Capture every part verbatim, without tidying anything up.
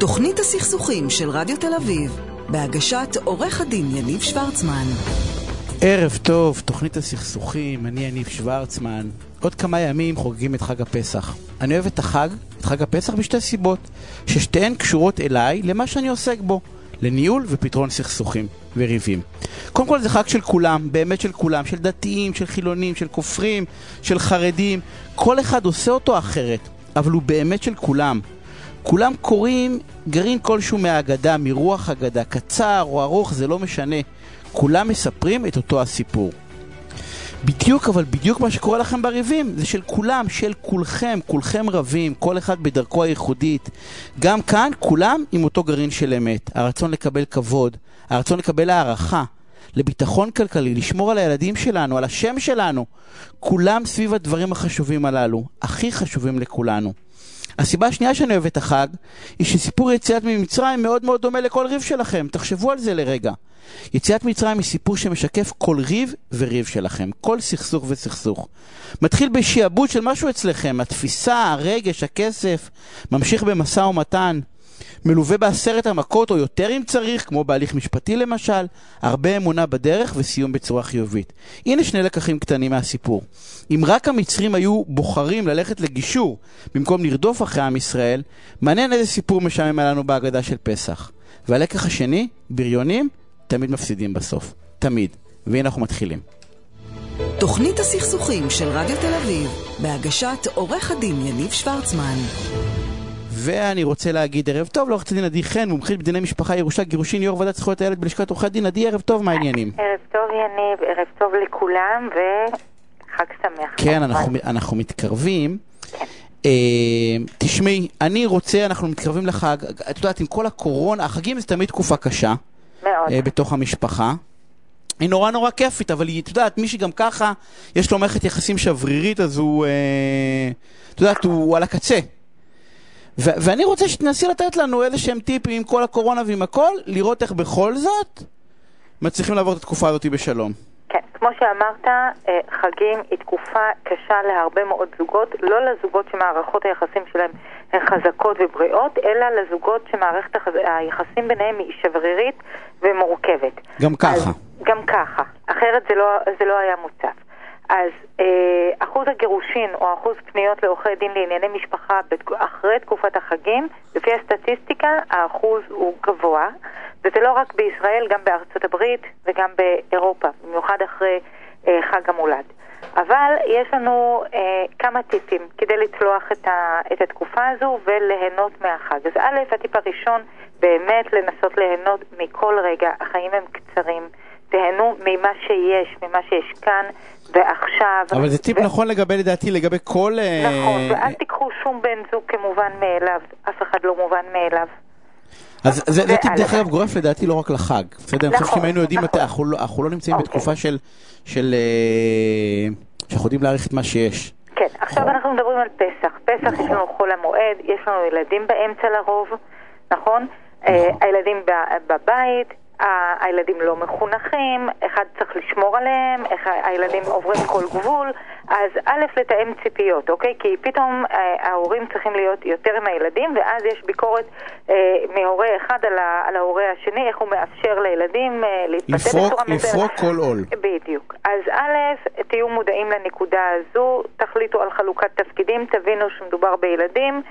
תוכנית הסכסוכים של רדיו תל אביב, בהגשת עורך הדין יניב שוורצמן. ערב טוב, תוכנית הסכסוכים, אני יניב שוורצמן. עוד כמה ימים חוגגים את חג הפסח. אני אוהב את החג, את חג הפסח בשתי סיבות, ששתיהן קשורות אליי למה שאני עוסק בו, לניהול ופתרון סכסוכים וריבים. קודם כל זה חג של כולם, באמת של כולם, של דתיים, של חילונים, של כופרים, של חרדים. כל אחד עושה אותו אחרת, אבל הוא באמת של כולם. כולם קוראים גרעין כלשהו מהאגדה, מרוח אגדה, קצר או ארוך, זה לא משנה. כולם מספרים את אותו הסיפור. בדיוק, אבל בדיוק מה שקורה לכם בריבים, זה של כולם, של כולכם, כולכם רבים, כל אחד בדרכו הייחודית. גם כאן, כולם עם אותו גרעין של אמת. הרצון לקבל כבוד, הרצון לקבל הערכה, לביטחון כלכלי, לשמור על הילדים שלנו, על השם שלנו. כולם סביב הדברים החשובים הללו, הכי חשובים לכולנו. הסיבה השנייה שאני אוהב את החג, היא שסיפור יציאת ממצרים מאוד מאוד דומה לכל ריב שלכם. תחשבו על זה לרגע. יציאת מצרים היא סיפור שמשקף כל ריב וריב שלכם, כל סכסוך וסכסוך. מתחיל בשיעבוד של משהו אצלכם, התפיסה, הרגש, הכסף, ממשיך במשא ומתן, מלווה בעשרת המכות או יותר אם צריך, כמו בהליך משפטי למשל, הרבה אמונה בדרך וסיום בצורה חיובית. הנה שני לקחים קטנים מהסיפור. אם רק המצרים היו בוחרים ללכת לגישור במקום לרדוף אחרי עם ישראל, מעניין איזה סיפור משעמם עלינו בהגדה של פסח. והלקח השני, בריונים תמיד מפסידים בסוף. תמיד. והנה אנחנו מתחילים. תוכנית הסכסוכים של רדיו תל אביב, בהגשת עורך הדין יניב שוורצמן. ואני רוצה להגיד ערב טוב לעורכת הדין עדי חן, מומחית בדיני משפחה, ירושה, גירושין, יו"ר ועדת זכויות הילד בלשכת עורכי הדין. עדי, ערב טוב, מה העניינים? ערב טוב יניב, ערב טוב לכולם וחג שמח. כן, אנחנו, אנחנו מתקרבים. כן. אה, תשמעי, אני רוצה, אנחנו מתקרבים לחג, את יודעת, עם כל הקורונה, החגים זה תמיד תקופה קשה. מאוד. אה, בתוך המשפחה. היא נורא נורא כיפית, אבל היא, את יודעת, מי שגם ככה, יש לו מערכת יחסים שברירית, אז הוא, אה, את יודעת, הוא, הוא על הקצה. ו- ואני רוצה שתנסי לתת לנו איזה שהם טיפים עם כל הקורונה ועם הכל, לראות איך בכל זאת מצליחים לעבור את התקופה הזאת בשלום. כן, כמו שאמרת, חגים היא תקופה קשה להרבה מאוד זוגות, לא לזוגות שמערכות היחסים שלהם הן חזקות ובריאות, אלא לזוגות שמערכת היחסים ביניהם היא שברירית ומורכבת. גם ככה. אז, גם ככה, אחרת זה לא, זה לא היה מוצב. אז אה, אחוז הגירושין או אחוז פניות לעורכי דין לענייני משפחה אחרי תקופת החגים, לפי הסטטיסטיקה האחוז הוא גבוה, וזה לא רק בישראל, גם בארצות הברית וגם באירופה, במיוחד אחרי אה, חג המולד. אבל יש לנו אה, כמה טיפים כדי לצלוח את, ה, את התקופה הזו וליהנות מהחג. אז א', הטיפ הראשון, באמת לנסות ליהנות מכל רגע, החיים הם קצרים, תהנו ממה שיש, ממה שיש כאן ועכשיו. אבל זה טיפ ו... נכון לגבי, לדעתי, לגבי כל... נכון, ואל תיקחו שום בן זוג כמובן מאליו, אף אחד לא מובן מאליו. אז זה, זה טיפ דרך אגב גורף לדעתי לא רק לחג. בסדר, אני חושב שאם היינו יודעים, אנחנו לא נמצאים בתקופה של, של, שאנחנו יודעים להעריך את מה שיש. כן, עכשיו אנחנו מדברים על פסח. פסח יש לנו חול המועד, יש לנו ילדים באמצע לרוב, נכון? הילדים בבית, הילדים לא מחונכים, אחד צריך לשמור עליהם, הילדים עוברים כל גבול, אז א' לתאם ציפיות, אוקיי? כי פתאום ההורים צריכים להיות יותר עם הילדים, ואז יש ביקורת מהורה אחד על ההורה השני, איך הוא מאפשר לילדים להתבטא בצורה מזרח. לפרוק כל עול. בדיוק. אז א', תהיו מודעים לנקודה הזו, תחליטו על חלוקת תפקידים, תבינו שמדובר בילדים,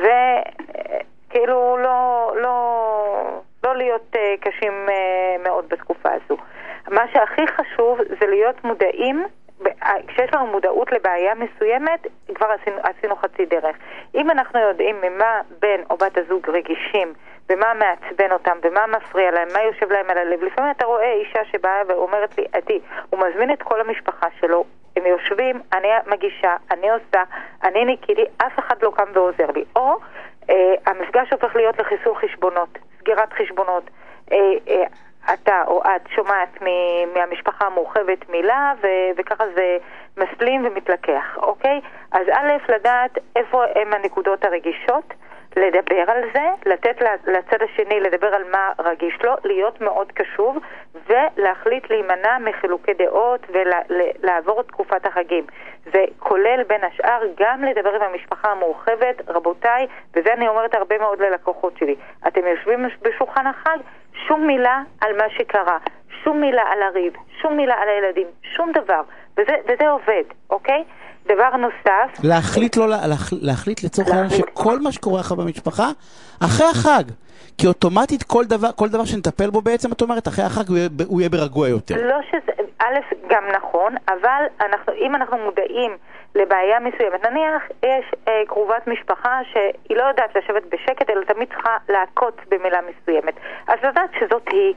וכאילו לא... לא לא להיות uh, קשים uh, מאוד בתקופה הזו. מה שהכי חשוב זה להיות מודעים, כשיש לנו מודעות לבעיה מסוימת, כבר עשינו, עשינו חצי דרך. אם אנחנו יודעים ממה בן או בת הזוג רגישים, ומה מעצבן אותם, ומה מפריע להם, מה יושב להם על הלב, לפעמים אתה רואה אישה שבאה ואומרת לי, עדי, הוא מזמין את כל המשפחה שלו, הם יושבים, אני מגישה, אני עושה, אני ניקיתי, אף אחד לא קם ועוזר לי. או uh, המפגש הופך להיות לחיסול חשבונות, סגירת חשבונות. Uh, uh, אתה או את שומעת מהמשפחה המורחבת מילה, ו- וככה זה מסלים ומתלקח, אוקיי? אז א', לדעת איפה הם הנקודות הרגישות, לדבר על זה, לתת לצד השני לדבר על מה רגיש לו, להיות מאוד קשוב ולהחליט להימנע מחילוקי דעות ולעבור את תקופת החגים. זה כולל בין השאר גם לדבר עם המשפחה המורחבת. רבותיי, וזה אני אומרת הרבה מאוד ללקוחות שלי, אתם יושבים בשולחן החג, שום מילה על מה שקרה, שום מילה על הריב, שום מילה על הילדים, שום דבר, וזה, וזה עובד, אוקיי? דבר נוסף, להחליט לא, להח, להחליט לצורך העניין שכל מה שקורה לך במשפחה אחרי החג, כי אוטומטית כל דבר, כל דבר שנטפל בו בעצם, את אומרת, אחרי החג הוא יהיה, הוא יהיה ברגוע יותר. לא שזה, א', גם נכון, אבל אנחנו, אם אנחנו מודעים לבעיה מסוימת, נניח יש אה, קרובת משפחה שהיא לא יודעת לשבת בשקט, אלא תמיד צריכה לעקוץ במילה מסוימת, אז לדעת שזאת היא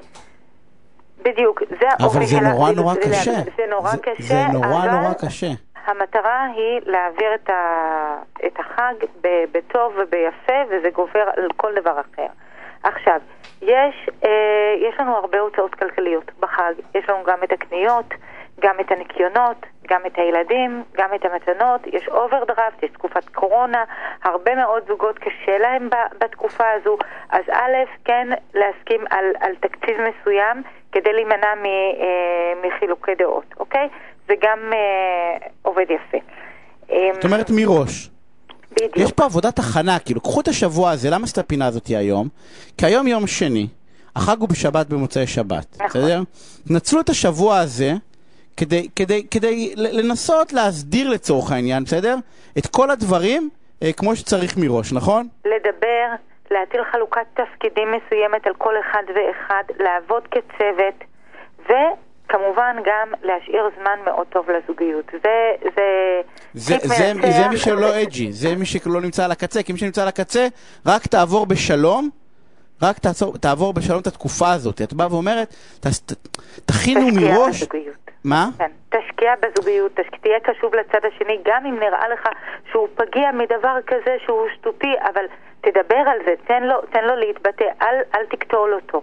בדיוק, זה אבל זה נורא נורא קשה. זה נורא זה, קשה, זה נורא אבל נורא קשה. המטרה היא להעביר את, ה... את החג בטוב וביפה, וזה גובר על כל דבר אחר. עכשיו, יש, אה, יש לנו הרבה הוצאות כלכליות בחג. יש לנו גם את הקניות, גם את הניקיונות, גם את הילדים, גם את המתנות. יש אוברדרפט, יש תקופת קורונה. הרבה מאוד זוגות קשה להם בתקופה הזו. אז א', כן להסכים על, על תקציב מסוים כדי להימנע מ, אה, מחילוקי דעות, אוקיי? זה גם אה, עובד יפה. זאת אומרת מראש. בדיוק. יש פה עבודת הכנה, כאילו, קחו את השבוע הזה, למה עשית הפינה הזאת היום? כי היום יום שני, החג הוא בשבת במוצאי שבת, נכון. בסדר? תנצלו את השבוע הזה כדי, כדי, כדי לנסות להסדיר לצורך העניין, בסדר? את כל הדברים אה, כמו שצריך מראש, נכון? לדבר, להטיל חלוקת תפקידים מסוימת על כל אחד ואחד, לעבוד כצוות, ו... כמובן גם להשאיר זמן מאוד טוב לזוגיות. זה זה זה, זה, זה מי שלא אג'י, זה מי שלא נמצא על הקצה, כי מי שנמצא על הקצה, רק תעבור בשלום, רק תעצור, תעבור בשלום את התקופה הזאת. את באה ואומרת, ת, ת, תכינו מראש. בזוגיות. מה? כן, תשקיע בזוגיות, תהיה קשוב לצד השני, גם אם נראה לך שהוא פגיע מדבר כזה שהוא שטותי, אבל תדבר על זה, תן לו, תן לו להתבטא, אל, אל תקטול אותו.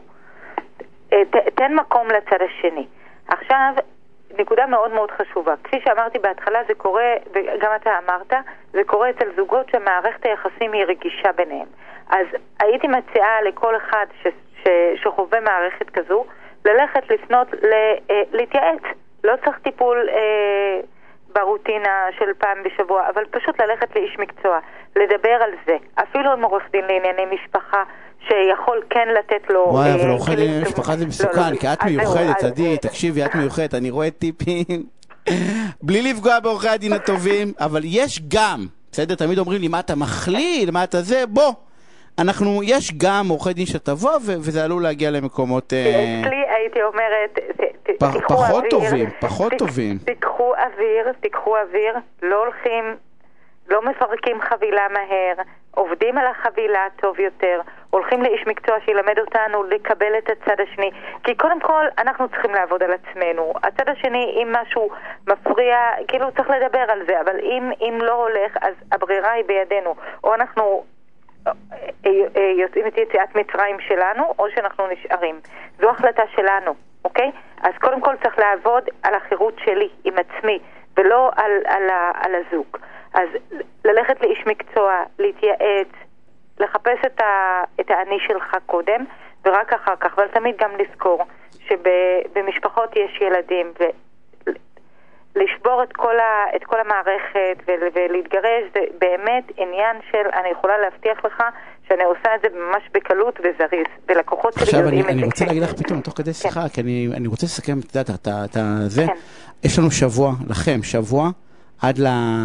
ת, תן מקום לצד השני. עכשיו, נקודה מאוד מאוד חשובה. כפי שאמרתי בהתחלה, זה קורה, וגם אתה אמרת, זה קורה אצל זוגות שמערכת היחסים היא רגישה ביניהם. אז הייתי מציעה לכל אחד ש, ש, שחווה מערכת כזו, ללכת לפנות, ל, אה, להתייעץ. לא צריך טיפול אה, ברוטינה של פעם בשבוע, אבל פשוט ללכת לאיש מקצוע, לדבר על זה. אפילו עם עורך דין לענייני משפחה, שיכול כן לתת לו... וואי, אבל עורכי דין משפחה זה מסוכן, כי את מיוחדת, עדי, תקשיבי, את מיוחדת, אני רואה טיפים, בלי לפגוע בעורכי הדין הטובים, אבל יש גם, בסדר, תמיד אומרים לי, מה אתה מחליט, מה אתה זה, בוא, אנחנו, יש גם עורכי דין שתבוא, וזה עלול להגיע למקומות... אצלי הייתי אומרת, פחות טובים, פחות טובים. תיקחו אוויר, תיקחו אוויר, לא הולכים, לא מפרקים חבילה מהר, עובדים על החבילה טוב יותר, הולכים לאיש מקצוע שילמד אותנו לקבל את הצד השני, כי קודם כל אנחנו צריכים לעבוד על עצמנו. הצד השני, אם משהו מפריע, כאילו צריך לדבר על זה, אבל אם, אם לא הולך, אז הברירה היא בידינו. או אנחנו יוצאים את יציאת מצרים שלנו, או שאנחנו נשארים. זו החלטה שלנו, אוקיי? אז קודם כל צריך לעבוד על החירות שלי עם עצמי, ולא על, על, על הזוג. אז ללכת לאיש מקצוע, להתייעץ, לחפש את, ה, את האני שלך קודם, ורק אחר כך, אבל תמיד גם לזכור שבמשפחות יש ילדים, ולשבור את כל, ה, את כל המערכת ולהתגרש, זה באמת עניין של, אני יכולה להבטיח לך, שאני עושה את זה ממש בקלות וזריז, ולקוחות שלי יודעים את זה. עכשיו, אני רוצה להגיד לך פתאום, תוך כדי שיחה, כי אני רוצה לסכם את זה. יש לנו שבוע, לכם, שבוע, עד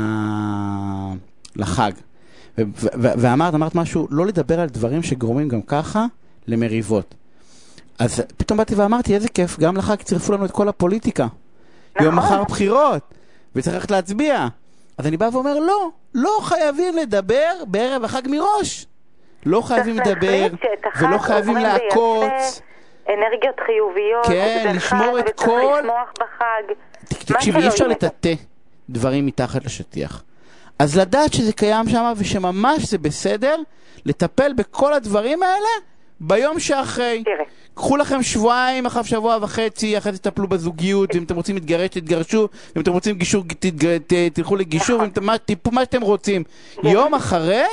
לחג. ואמרת, אמרת משהו, לא לדבר על דברים שגורמים גם ככה למריבות. אז פתאום באתי ואמרתי, איזה כיף, גם לחג צירפו לנו את כל הפוליטיקה. יום מחר בחירות, וצריך ללכת להצביע. אז אני בא ואומר, לא, לא חייבים לדבר בערב החג מראש. לא חייבים לדבר, ולא חייבים לעקוץ. אנרגיות חיוביות. כן, לשמור את כל... לשמוח בחג. תקשיבי, אי אפשר לטאטא דברים מתחת לשטיח. אז לדעת שזה קיים שם, ושממש זה בסדר, לטפל בכל הדברים האלה ביום שאחרי. תראה. קחו לכם שבועיים, אחר שבוע וחצי, אחרי זה תטפלו בזוגיות, ואם אתם רוצים להתגרש, תתגרשו, ואם אתם רוצים גישור, תלכו לגישור, ואם טיפו מה שאתם רוצים. יום אחרי,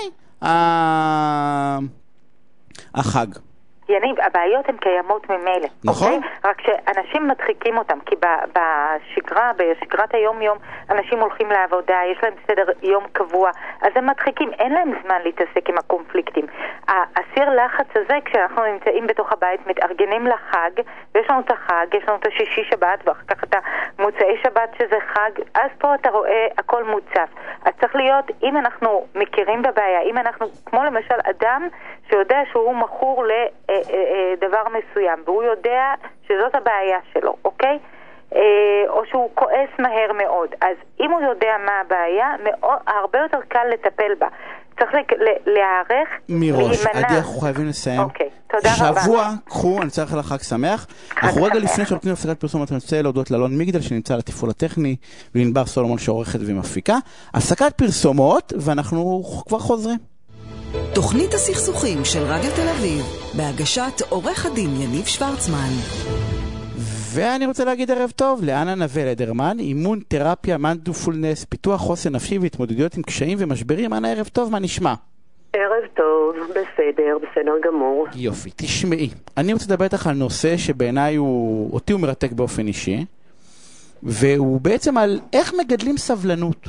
החג. יניב, הבעיות הן קיימות ממילא. נכון. אוקיי? רק שאנשים מדחיקים אותם, כי בשגרה, בשגרת היום-יום, אנשים הולכים לעבודה, יש להם סדר יום קבוע, אז הם מדחיקים, אין להם זמן להתעסק עם הקונפליקטים. הסיר לחץ הזה, כשאנחנו נמצאים בתוך הבית, מתארגנים לחג, ויש לנו את החג, יש לנו את השישי שבת, ואחר כך את המוצאי שבת שזה חג, אז פה אתה רואה הכל מוצף. אז צריך להיות, אם אנחנו מכירים בבעיה, אם אנחנו, כמו למשל אדם שיודע שהוא מכור ל... דבר מסוים, והוא יודע שזאת הבעיה שלו, אוקיי? או שהוא כועס מהר מאוד. אז אם הוא יודע מה הבעיה, מאוד, הרבה יותר קל לטפל בה. צריך להערך, מראש, עדי, אנחנו חייבים לסיים. אוקיי, תודה רבה. שבוע, קחו, אני צריך לך חג שמח. אנחנו רגע לפני שנותנים הפסקת פרסומת, אני רוצה להודות לאלון מגדל שנמצא על התפעול הטכני, ולענבר סולומון שעורכת ומפיקה. הפסקת פרסומות, ואנחנו כבר חוזרים. תוכנית הסכסוכים של רדיו תל אביב, בהגשת עורך הדין יניב שוורצמן. ואני רוצה להגיד ערב טוב לאנה נווה לדרמן, אימון תרפיה מנדפולנס, פיתוח חוסן נפשי והתמודדויות עם קשיים ומשברים. אנה, ערב טוב, מה נשמע? ערב טוב, בסדר, בסדר גמור. יופי, תשמעי, אני רוצה לדבר איתך על נושא שבעיניי הוא, אותי הוא מרתק באופן אישי, והוא בעצם על איך מגדלים סבלנות.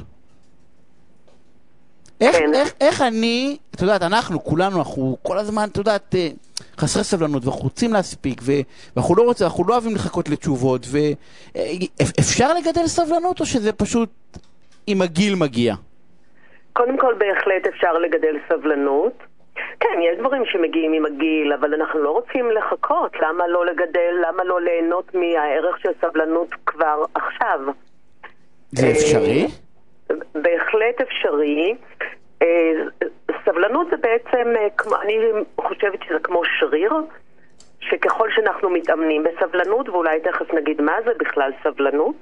איך, כן. איך, איך אני, את יודעת, אנחנו, כולנו, אנחנו כל הזמן, את יודעת, חסרי סבלנות, ואנחנו רוצים להספיק, ואנחנו לא רוצים, אנחנו לא אוהבים לחכות לתשובות, ואפשר לגדל סבלנות, או שזה פשוט עם הגיל מגיע? קודם כל, בהחלט אפשר לגדל סבלנות. כן, יש דברים שמגיעים עם הגיל, אבל אנחנו לא רוצים לחכות. למה לא לגדל, למה לא ליהנות מהערך של סבלנות כבר עכשיו? זה אפשרי? בהחלט אפשרי. סבלנות זה בעצם, אני חושבת שזה כמו שריר, שככל שאנחנו מתאמנים בסבלנות, ואולי תכף נגיד מה זה בכלל סבלנות,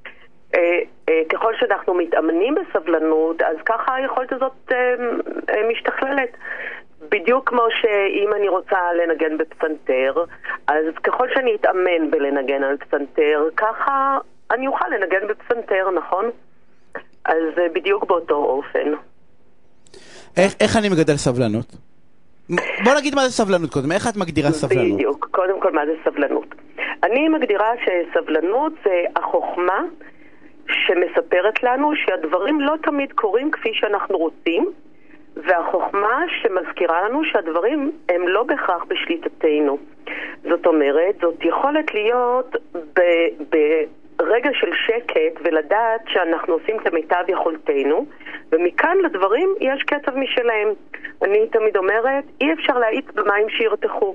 ככל שאנחנו מתאמנים בסבלנות, אז ככה היכולת הזאת משתכללת. בדיוק כמו שאם אני רוצה לנגן בפסנתר, אז ככל שאני אתאמן בלנגן על פסנתר, ככה אני אוכל לנגן בפסנתר, נכון? אז בדיוק באותו אופן. איך, איך אני מגדל סבלנות? בוא נגיד מה זה סבלנות קודם. איך את מגדירה סבלנות? בדיוק, קודם כל מה זה סבלנות. אני מגדירה שסבלנות זה החוכמה שמספרת לנו שהדברים לא תמיד קורים כפי שאנחנו רוצים, והחוכמה שמזכירה לנו שהדברים הם לא בהכרח בשליטתנו. זאת אומרת, זאת יכולת להיות ב... ב רגע של שקט ולדעת שאנחנו עושים כמיטב יכולתנו, ומכאן לדברים יש קצב משלהם. אני תמיד אומרת, אי אפשר להאיץ במים שירתחו.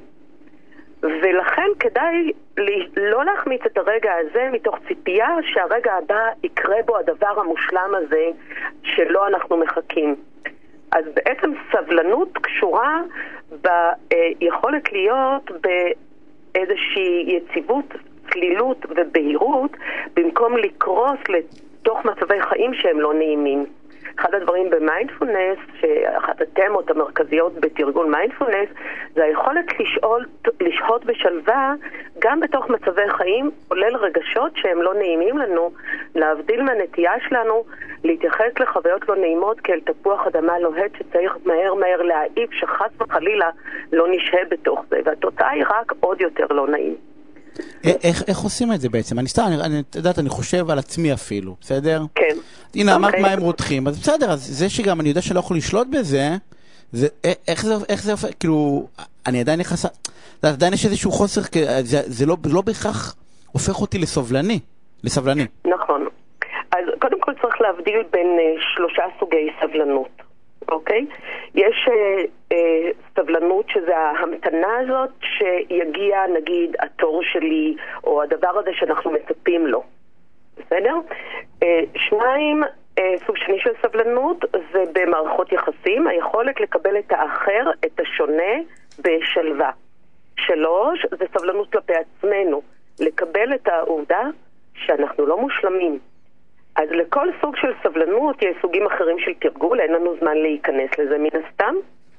ולכן כדאי לא להחמיץ את הרגע הזה מתוך ציפייה שהרגע הבא יקרה בו הדבר המושלם הזה שלא אנחנו מחכים. אז בעצם סבלנות קשורה ביכולת להיות באיזושהי יציבות, צלילות ובהירות, במקום לקרוס לתוך מצבי חיים שהם לא נעימים. אחד הדברים במיינדפולנס, שאחת התמות המרכזיות בתרגול מיינדפולנס, זה היכולת לשאול, לשהות בשלווה גם בתוך מצבי חיים, כולל רגשות שהם לא נעימים לנו, להבדיל מהנטייה שלנו להתייחס לחוויות לא נעימות כאל תפוח אדמה לוהט שצריך מהר מהר להעיף שחס וחלילה לא נשהה בתוך זה, והתוצאה היא רק עוד יותר לא נעים. איך, איך עושים את זה בעצם? אני סתם, אני, אני יודעת, אני חושב על עצמי אפילו, בסדר? כן. הנה, אמרת מה הם רותחים, אז בסדר, אז זה שגם אני יודע שלא יכול לשלוט בזה, זה, איך זה, איך זה, כאילו, אני עדיין נכנס, עדיין יש איזשהו חוסר, זה, זה לא, לא בהכרח הופך אותי לסובלני, לסבלני. נכון. אז קודם כל צריך להבדיל בין שלושה סוגי סבלנות. אוקיי? יש אה, אה, סבלנות שזה ההמתנה הזאת שיגיע נגיד התור שלי או הדבר הזה שאנחנו מצפים לו. בסדר? אה, שניים, אה, סוג שני של סבלנות זה במערכות יחסים, היכולת לקבל את האחר, את השונה בשלווה. שלוש, זה סבלנות כלפי עצמנו, לקבל את העובדה שאנחנו לא מושלמים. אז לכל סוג של סבלנות יש סוגים אחרים של תרגול, אין לנו זמן להיכנס לזה מן הסתם.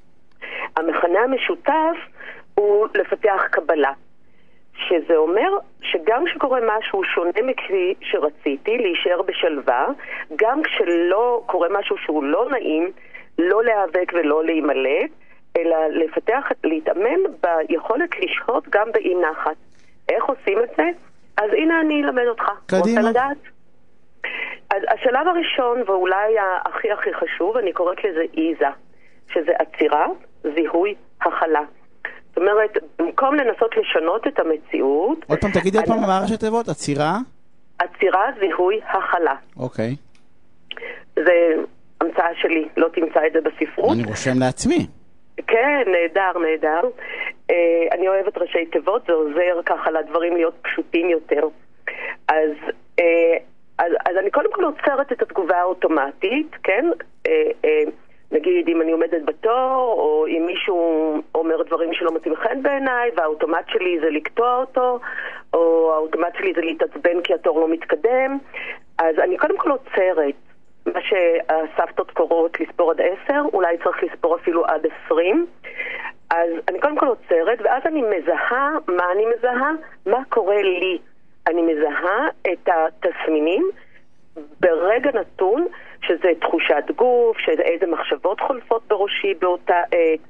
המכנה המשותף הוא לפתח קבלה, שזה אומר שגם כשקורה משהו שונה מכפי שרציתי, להישאר בשלווה, גם כשלא קורה משהו שהוא לא נעים, לא להיאבק ולא להימלט, אלא לפתח, להתאמן ביכולת לשהות גם באי נחת. איך עושים את זה? אז הנה אני אלמד אותך. קדימה. רוצה לדעת? אז השלב הראשון, ואולי הכי הכי חשוב, אני קוראת לזה איזה, שזה עצירה, זיהוי, הכלה. זאת אומרת, במקום לנסות לשנות את המציאות... עוד פעם, תגידי עוד פעם מה ראשי תיבות, עצירה? עצירה, זיהוי, הכלה. אוקיי. זה המצאה שלי, לא תמצא את זה בספרות. אני רושם לעצמי. כן, נהדר, נהדר. אה, אני אוהבת ראשי תיבות, זה עוזר ככה לדברים להיות פשוטים יותר. אז, אה, אז, אז אני קודם כל עוצרת את התגובה האוטומטית, כן? אה, אה, נגיד, אם אני עומדת בתור, או אם מישהו אומר דברים שלא מתאים חן בעיניי, והאוטומט שלי זה לקטוע אותו, או האוטומט שלי זה להתעצבן כי התור לא מתקדם, אז אני קודם כל עוצרת. מה שהסבתות קוראות לספור עד עשר, אולי צריך לספור אפילו עד עשרים. אז אני קודם כל עוצרת, ואז אני מזהה, מה אני מזהה? מה קורה לי? אני מזהה את התסמינים ברגע נתון, שזה תחושת גוף, שאיזה מחשבות חולפות בראשי באותה עת,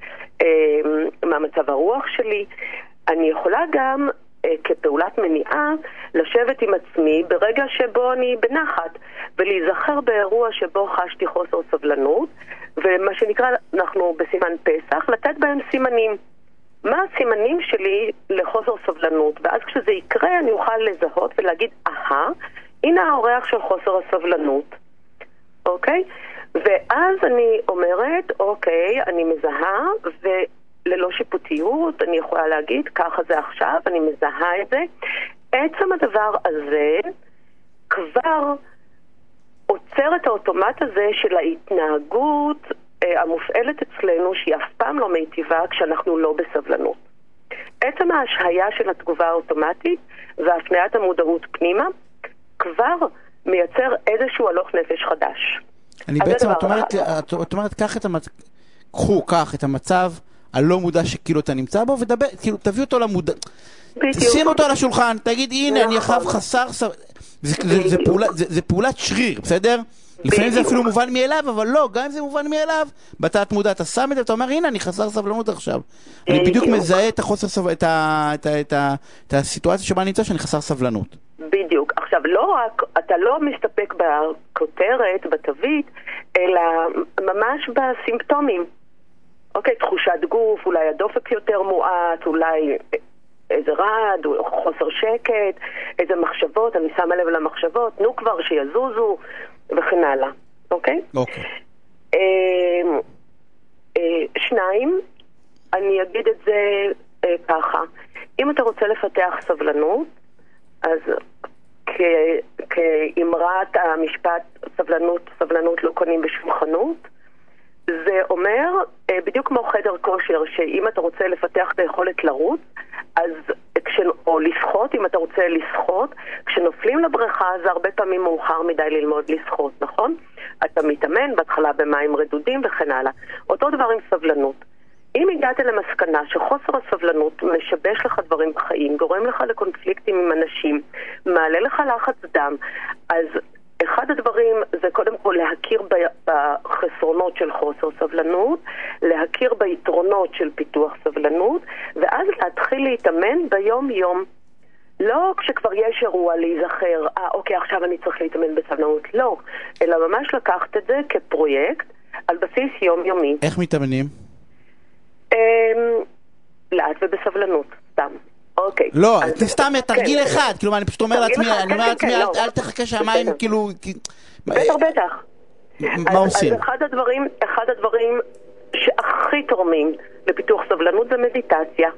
מה מצב הרוח שלי. אני יכולה גם כפעולת מניעה לשבת עם עצמי ברגע שבו אני בנחת ולהיזכר באירוע שבו חשתי חוסר סבלנות, ומה שנקרא, אנחנו בסימן פסח, לתת בהם סימנים. מה הסימנים שלי לחוסר סבלנות? ואז כשזה יקרה אני אוכל לזהות ולהגיד, אהה, הנה האורח של חוסר הסבלנות. אוקיי? ואז אני אומרת, אוקיי, אני מזהה, וללא שיפוטיות אני יכולה להגיד, ככה זה עכשיו, אני מזהה את זה. עצם הדבר הזה כבר עוצר את האוטומט הזה של ההתנהגות אה, המופעלת אצלנו, שהיא אף פעם לא מיטיבה כשאנחנו לא בסבלנות. עצם ההשהיה של התגובה האוטומטית והפניית המודעות פנימה כבר מייצר איזשהו הלוך נפש חדש. אני בעצם, את אומרת, את אומרת, קח את המצב, קחו, קח את המצב הלא מודע שכאילו אתה נמצא בו, ודבר, כאילו, תביא אותו למודע, תשים אותו על השולחן, תגיד, הנה, אני אחב חסר, זה פעולת שריר, בסדר? לפעמים זה אפילו מובן מאליו, אבל לא, גם אם זה מובן מאליו, בתת מודע, אתה שם את זה, אתה אומר, הנה, אני חסר סבלנות עכשיו. אני בדיוק מזהה את החוסר סבלנות, את הסיטואציה שבה אני נמצא, שאני חסר סבלנות. בדיוק. עכשיו, לא רק, אתה לא מסתפק בכותרת, בתווית, אלא ממש בסימפטומים. אוקיי, תחושת גוף, אולי הדופק יותר מועט, אולי איזה רד, חוסר שקט, איזה מחשבות, אני שמה לב למחשבות, נו כבר שיזוזו, וכן הלאה. אוקיי? אוקיי. אה, אה, שניים, אני אגיד את זה אה, ככה. אם אתה רוצה לפתח סבלנות, אז כאמרת המשפט סבלנות, סבלנות לא קונים בשום חנות, זה אומר בדיוק כמו חדר כושר, שאם אתה רוצה לפתח את היכולת לרוץ, אז כש... או לשחות, אם אתה רוצה לשחות, כשנופלים לבריכה זה הרבה פעמים מאוחר מדי ללמוד לשחות, נכון? אתה מתאמן בהתחלה במים רדודים וכן הלאה. אותו דבר עם סבלנות. אם הגעת למסקנה שחוסר הסבלנות משבש לך דברים בחיים, גורם לך לקונפליקטים עם אנשים, מעלה לך לחץ דם, אז אחד הדברים זה קודם כל להכיר בחסרונות של חוסר סבלנות, להכיר ביתרונות של פיתוח סבלנות, ואז להתחיל להתאמן ביום יום. לא כשכבר יש אירוע להיזכר, אה אוקיי עכשיו אני צריך להתאמן בסבלנות, לא, אלא ממש לקחת את זה כפרויקט על בסיס יום יומי. איך מתאמנים? לאט ובסבלנות, סתם. אוקיי. לא, סתם תרגיל אחד, כאילו אני פשוט אומר לעצמי, אני אומר לעצמי, אל תחכה שהמים כאילו... בטח, בטח. מה עושים? אז אחד הדברים, אחד הדברים שהכי תורמים לפיתוח סבלנות זה מדיטציה.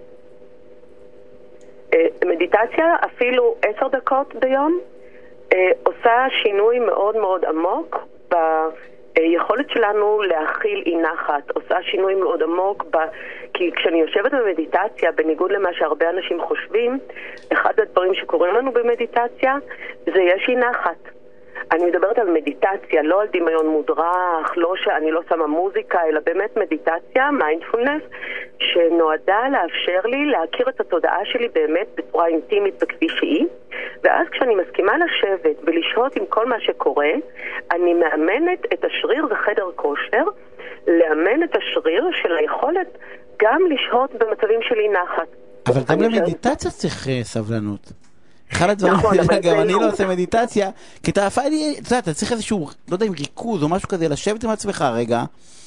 מדיטציה, אפילו עשר דקות ביום, עושה שינוי מאוד מאוד עמוק ב... היכולת שלנו להכיל אי נחת, עושה שינוי מאוד עמוק, ב... כי כשאני יושבת במדיטציה, בניגוד למה שהרבה אנשים חושבים, אחד הדברים שקורים לנו במדיטציה, זה יש אי נחת. אני מדברת על מדיטציה, לא על דמיון מודרך, לא שאני לא שמה מוזיקה, אלא באמת מדיטציה, מיינדפולנס, שנועדה לאפשר לי להכיר את התודעה שלי באמת בצורה אינטימית וכפי שהיא, ואז כשאני מסכימה לשבת ולשהות עם כל מה שקורה, אני מאמנת את השריר וחדר כושר לאמן את השריר של היכולת גם לשהות במצבים של אי נחת. אבל גם למדיטציה צריך סבלנות. אחד הדברים, גם אני לא עושה מדיטציה, כי אתה אפילו, אתה יודע, אתה צריך איזשהו, לא יודע אם ריכוז או משהו כזה, לשבת עם עצמך רגע,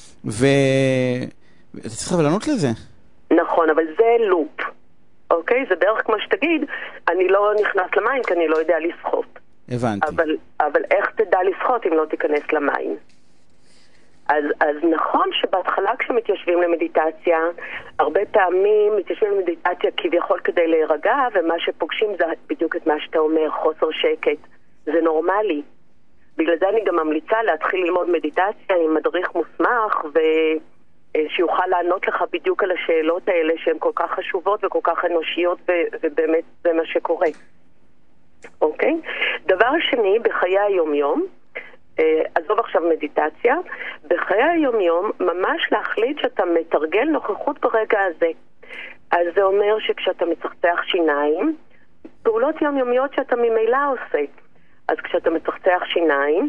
ואתה צריך סבלנות לזה. נכון, אבל זה לופ. אוקיי? זה בערך כמו שתגיד, אני לא נכנס למים כי אני לא יודע לשחות. הבנתי. אבל, אבל איך תדע לשחות אם לא תיכנס למים? אז, אז נכון שבהתחלה כשמתיישבים למדיטציה, הרבה פעמים מתיישבים למדיטציה כביכול כדי להירגע, ומה שפוגשים זה בדיוק את מה שאתה אומר, חוסר שקט. זה נורמלי. בגלל זה אני גם ממליצה להתחיל ללמוד מדיטציה עם מדריך מוסמך, ושיוכל לענות לך בדיוק על השאלות האלה שהן כל כך חשובות וכל כך אנושיות, ו- ובאמת זה מה שקורה. אוקיי? דבר שני, בחיי היום-יום, עזוב עכשיו מדיטציה, בחיי היום-יום ממש להחליט שאתה מתרגל נוכחות ברגע הזה. אז זה אומר שכשאתה מצחצח שיניים, פעולות יומיומיות שאתה ממילא עושה. אז כשאתה מצחצח שיניים,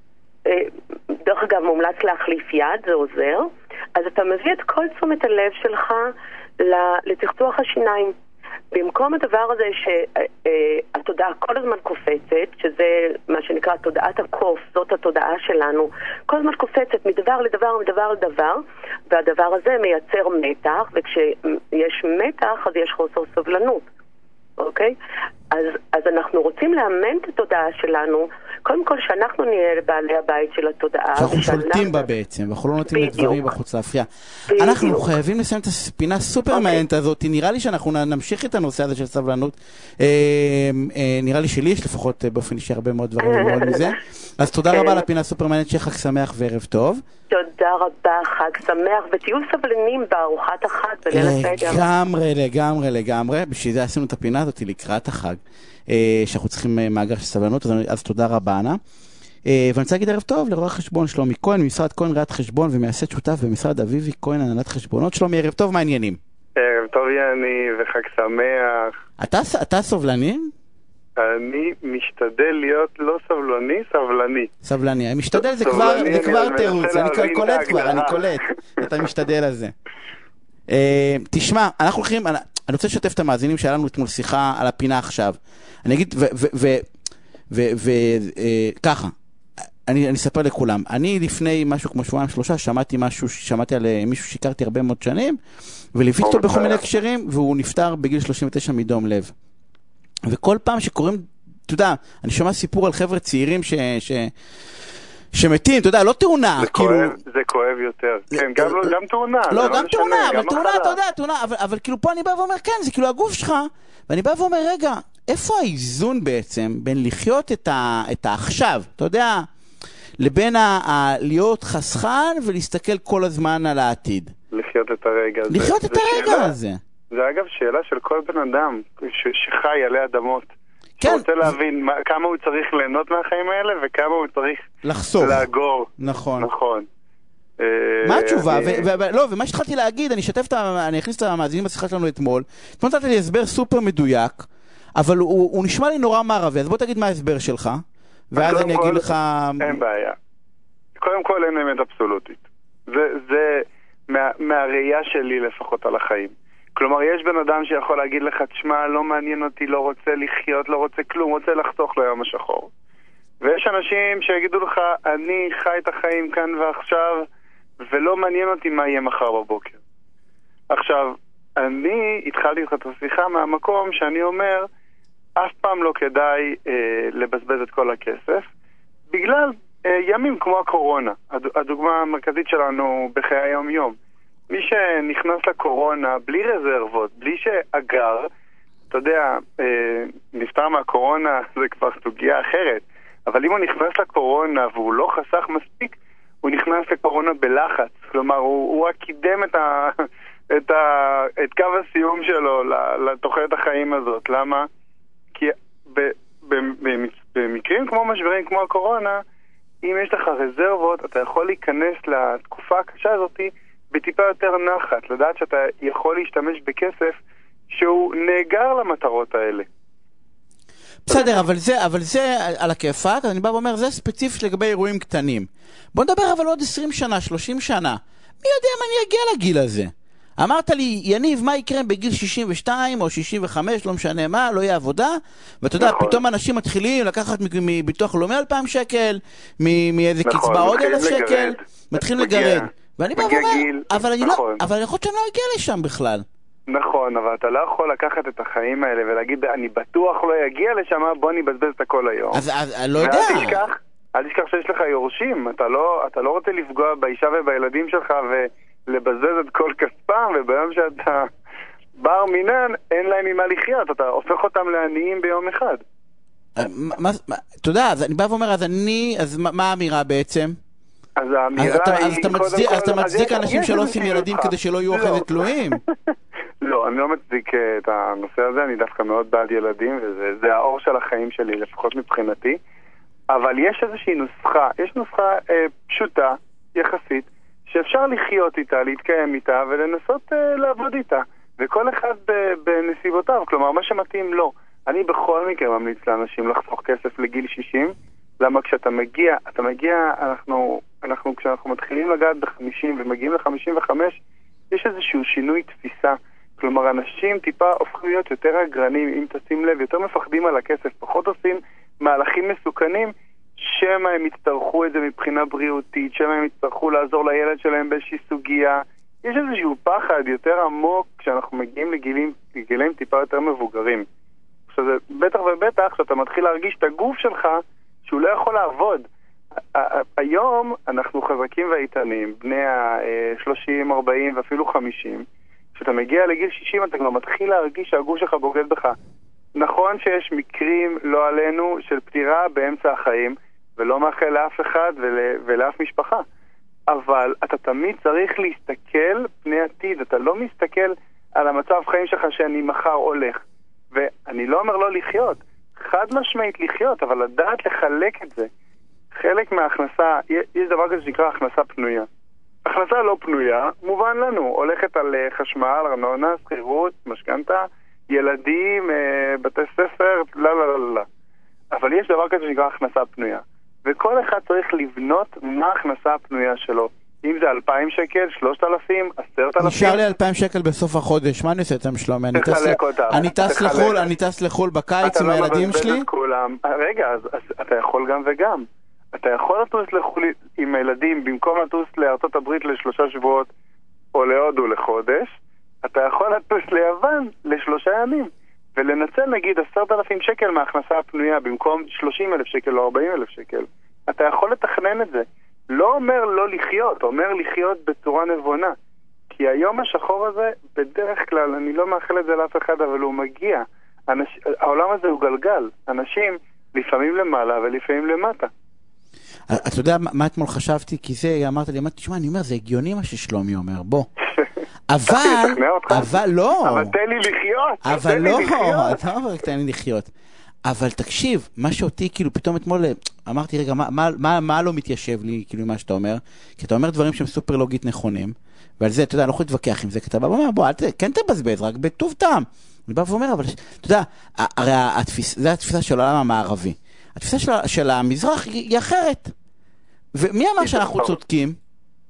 דרך אגב מומלץ להחליף יד, זה עוזר, אז אתה מביא את כל תשומת הלב שלך לצחצוח השיניים. במקום הדבר הזה שהתודעה כל הזמן קופצת, שזה מה שנקרא תודעת הקוף, זאת התודעה שלנו, כל הזמן קופצת מדבר לדבר, מדבר לדבר, והדבר הזה מייצר מתח, וכשיש מתח אז יש חוסר סבלנות. אוקיי? אז, אז אנחנו רוצים לאמן את התודעה שלנו, קודם כל שאנחנו נהיה בעלי הבית של התודעה. שאנחנו שולטים בה בעצם, ואנחנו לא נותנים לדברים בחוץ להפריע. אנחנו חייבים לסיים את הפינה סופר מעניינת הזאת, נראה לי שאנחנו נמשיך את הנושא הזה של סבלנות, נראה לי שלי יש לפחות באופן אישי הרבה מאוד דברים ללמוד מזה, אז תודה רבה על הפינה סופר מעניינת, שיהיה חג שמח וערב טוב. תודה רבה, חג שמח, ותהיו סבלנים בארוחת החג בליל הסדר. לגמרי, לגמרי, לגמרי, בשביל זה עשינו את הפינה הזאת לקראת החג, שאנחנו צריכים מאגר של סבלנות, אז תודה רבה, אנה. ואני רוצה להגיד ערב טוב לרואה חשבון שלומי כהן, ממשרד כהן ראיית חשבון ומייסד שותף במשרד אביבי כהן הנהלת חשבונות. שלומי, ערב טוב, מה העניינים? ערב טוב יעני וחג שמח. אתה, אתה סובלני? אני משתדל להיות לא סבלני, סבלני. סבלני, משתדל זה כבר, זה כבר תירוץ, אני קולט כבר, אני קולט, אתה משתדל על זה. תשמע, אנחנו הולכים, אני רוצה לשתף את המאזינים שהיה לנו אתמול שיחה על הפינה עכשיו. אני אגיד, וככה, אני אספר לכולם, אני לפני משהו כמו שבועיים שלושה, שמעתי משהו, שמעתי על מישהו שיקרתי הרבה מאוד שנים, וליוויתי אותו בכל מיני הקשרים, והוא נפטר בגיל שלושים ותשע מדום לב. וכל פעם שקוראים, אתה יודע, אני שומע סיפור על חבר'ה צעירים ש, ש, שמתים, אתה יודע, לא תאונה. זה, כאילו... כואב, זה כואב יותר. כן, גם, גם תאונה. לא, גם לא תאונה, משנה, אבל גם תאונה, אתה יודע, תאונה, אבל, אבל כאילו פה אני בא ואומר, כן, זה כאילו הגוף שלך, ואני בא ואומר, רגע, איפה האיזון בעצם בין לחיות את, ה, את העכשיו, אתה יודע, לבין ה, ה, להיות חסכן ולהסתכל כל הזמן על העתיד. לחיות את הרגע הזה. לחיות את הרגע שאלה, הזה. זה אגב שאלה של כל בן אדם ש, שחי עלי אדמות. כן. הוא רוצה להבין מה, כמה הוא צריך ליהנות מהחיים האלה וכמה הוא צריך לחסוך. לאגור. נכון. נכון. מה התשובה? לא, ומה שהתחלתי להגיד, אני אשתף, אני אכניס את המאזינים בשיחה שלנו אתמול, אתמול נתת לי הסבר סופר מדויק, אבל הוא נשמע לי נורא מערבי, אז בוא תגיד מה ההסבר שלך, ואז אני אגיד לך... אין בעיה. קודם כל אין אמת אבסולוטית. זה מהראייה שלי לפחות על החיים. כלומר, יש בן אדם שיכול להגיד לך, תשמע, לא מעניין אותי, לא רוצה לחיות, לא רוצה כלום, רוצה לחתוך ליום השחור. ויש אנשים שיגידו לך, אני חי את החיים כאן ועכשיו, ולא מעניין אותי מה יהיה מחר בבוקר. עכשיו, אני התחלתי לך את השיחה מהמקום שאני אומר, אף פעם לא כדאי אה, לבזבז את כל הכסף, בגלל אה, ימים כמו הקורונה, הד, הדוגמה המרכזית שלנו בחיי היום יום. מי שנכנס לקורונה בלי רזרבות, בלי שאגר, אתה יודע, אה, נפטר מהקורונה, זה כבר סוגיה אחרת, אבל אם הוא נכנס לקורונה והוא לא חסך מספיק, הוא נכנס לקורונה בלחץ. כלומר, הוא, הוא רק קידם את, ה, את, ה, את קו הסיום שלו לתוחלת החיים הזאת. למה? כי ב, ב, ב, במקרים כמו משברים כמו הקורונה, אם יש לך רזרבות, אתה יכול להיכנס לתקופה הקשה הזאת בטיפה יותר נחת, לדעת שאתה יכול להשתמש בכסף שהוא נאגר למטרות האלה. בסדר, אבל זה, אבל זה על הכיפק, אני בא ואומר, זה ספציפית לגבי אירועים קטנים. בוא נדבר אבל עוד עשרים שנה, שלושים שנה. מי יודע אם אני אגיע לגיל הזה? אמרת לי, יניב, מה יקרה בגיל שישים ושתיים או שישים וחמש, לא משנה מה, לא יהיה עבודה, ואתה יודע, נכון. פתאום אנשים מתחילים לקחת מביטוח לאומי אלפיים שקל, מאיזה נכון, קצבה עוד אלף שקל, מתחילים לגרד. ואני בא ואומר, אבל אני נכון. לא, אבל אני חושב שאני לא אגיע לשם בכלל. נכון, אבל אתה לא יכול לקחת את החיים האלה ולהגיד, אני בטוח לא אגיע לשם, בוא נבזבז את הכל היום. אז, אז אני לא יודע. ואל תשכח, אל תשכח שיש לך יורשים, אתה לא, אתה לא רוצה לפגוע באישה ובילדים שלך ולבזבז את כל כספם, וביום שאתה בר מינן, אין להם ממה לחיות, אתה הופך אותם לעניים ביום אחד. אתה יודע, אז אני בא ואומר, אז אני, אז מה האמירה בעצם? אז האמירה היא... אז אתה מצדיק אנשים שלא עושים ילדים כדי שלא יהיו אחרי זה תלויים? לא, אני לא מצדיק את הנושא הזה, אני דווקא מאוד בעד ילדים, וזה האור של החיים שלי, לפחות מבחינתי. אבל יש איזושהי נוסחה, יש נוסחה אה, פשוטה, יחסית, שאפשר לחיות איתה, להתקיים איתה, ולנסות אה, לעבוד איתה. וכל אחד בנסיבותיו, כלומר, מה שמתאים לו. אני בכל מקרה ממליץ לאנשים לחסוך כסף לגיל שישים, למה כשאתה מגיע, אתה מגיע, אנחנו, אנחנו, כשאנחנו מתחילים לגעת ב-חמישים ומגיעים ל-חמישים וחמש, יש איזשהו שינוי תפיסה. כלומר, אנשים טיפה הופכים להיות יותר אגרנים, אם תשים לב, יותר מפחדים על הכסף, פחות עושים מהלכים מסוכנים, שמה הם יצטרכו את זה מבחינה בריאותית, שמה הם יצטרכו לעזור לילד שלהם באיזושהי סוגיה. יש איזשהו פחד יותר עמוק כשאנחנו מגיעים לגילים, לגילים טיפה יותר מבוגרים. עכשיו, זה בטח ובטח שאתה מתחיל להרגיש את הגוף שלך שהוא לא יכול לעבוד. היום אנחנו חזקים ואיתנים, בני ה-שלושים, ארבעים ואפילו חמישים. כשאתה מגיע לגיל שישים אתה כבר מתחיל להרגיש שהגוף שלך בוגד בך. נכון שיש מקרים לא עלינו של פטירה באמצע החיים, ולא מאחל לאף אחד ול, ולאף משפחה. אבל אתה תמיד צריך להסתכל פני עתיד, אתה לא מסתכל על המצב חיים שלך שאני מחר הולך. ואני לא אומר לא לחיות, חד משמעית לחיות, אבל לדעת לחלק את זה. חלק מההכנסה, יש דבר כזה שנקרא הכנסה פנויה. הכנסה לא פנויה, מובן לנו, הולכת על חשמל, ארנונה, שכירות, משכנתה, ילדים, בתי ספר, לא, לא, לא, לא. אבל יש דבר כזה שנקרא הכנסה פנויה. וכל אחד צריך לבנות מה ההכנסה הפנויה שלו. אם זה אלפיים שקל, שלושת אלפים, עשרת אלפים. נשאר לי אלפיים שקל בסוף החודש, מה אני עושה אתם שלומי? תחלק אותם. אני טס לחול, אני טס לחול בקיץ עם הילדים שלי? רגע, אז אתה יכול גם וגם. אתה יכול לטוס לחול עם הילדים, במקום לטוס לארצות הברית לשלושה שבועות, או להודו לחודש, אתה יכול לטוס ליוון לשלושה ימים, ולנצל נגיד עשרת אלפים שקל מההכנסה הפנויה, במקום שלושים אלף שקל או ארבעים אלף שקל. אתה יכול לתכנן את זה. לא אומר לא לחיות, אומר לחיות בצורה נבונה. כי היום השחור הזה, בדרך כלל, אני לא מאחל את זה לאף אחד, אבל הוא מגיע. אנש... העולם הזה הוא גלגל. אנשים לפעמים למעלה ולפעמים למטה. אתה יודע מה אתמול חשבתי? כי זה, אמרת לי, תשמע, אני אומר, זה הגיוני מה ששלומי אומר, בוא. אבל, אבל לא. אבל תן לי לחיות. אבל לא, אתה אומר, תן לי לחיות. אבל תקשיב, מה שאותי, כאילו, פתאום אתמול, אמרתי, רגע, מה, מה, מה, מה לא מתיישב לי, כאילו, מה שאתה אומר? כי אתה אומר דברים שהם סופר לוגית נכונים, ועל זה, אתה יודע, אני לא יכול להתווכח עם זה, כי אתה בא ואומר, בוא, כן תבזבז, רק בטוב טעם. אני בא ואומר, אבל, אתה יודע, הרי התפיסה, זה התפיסה של העולם המערבי. התפיסה של, של המזרח היא אחרת. ומי אמר שאנחנו צודקים?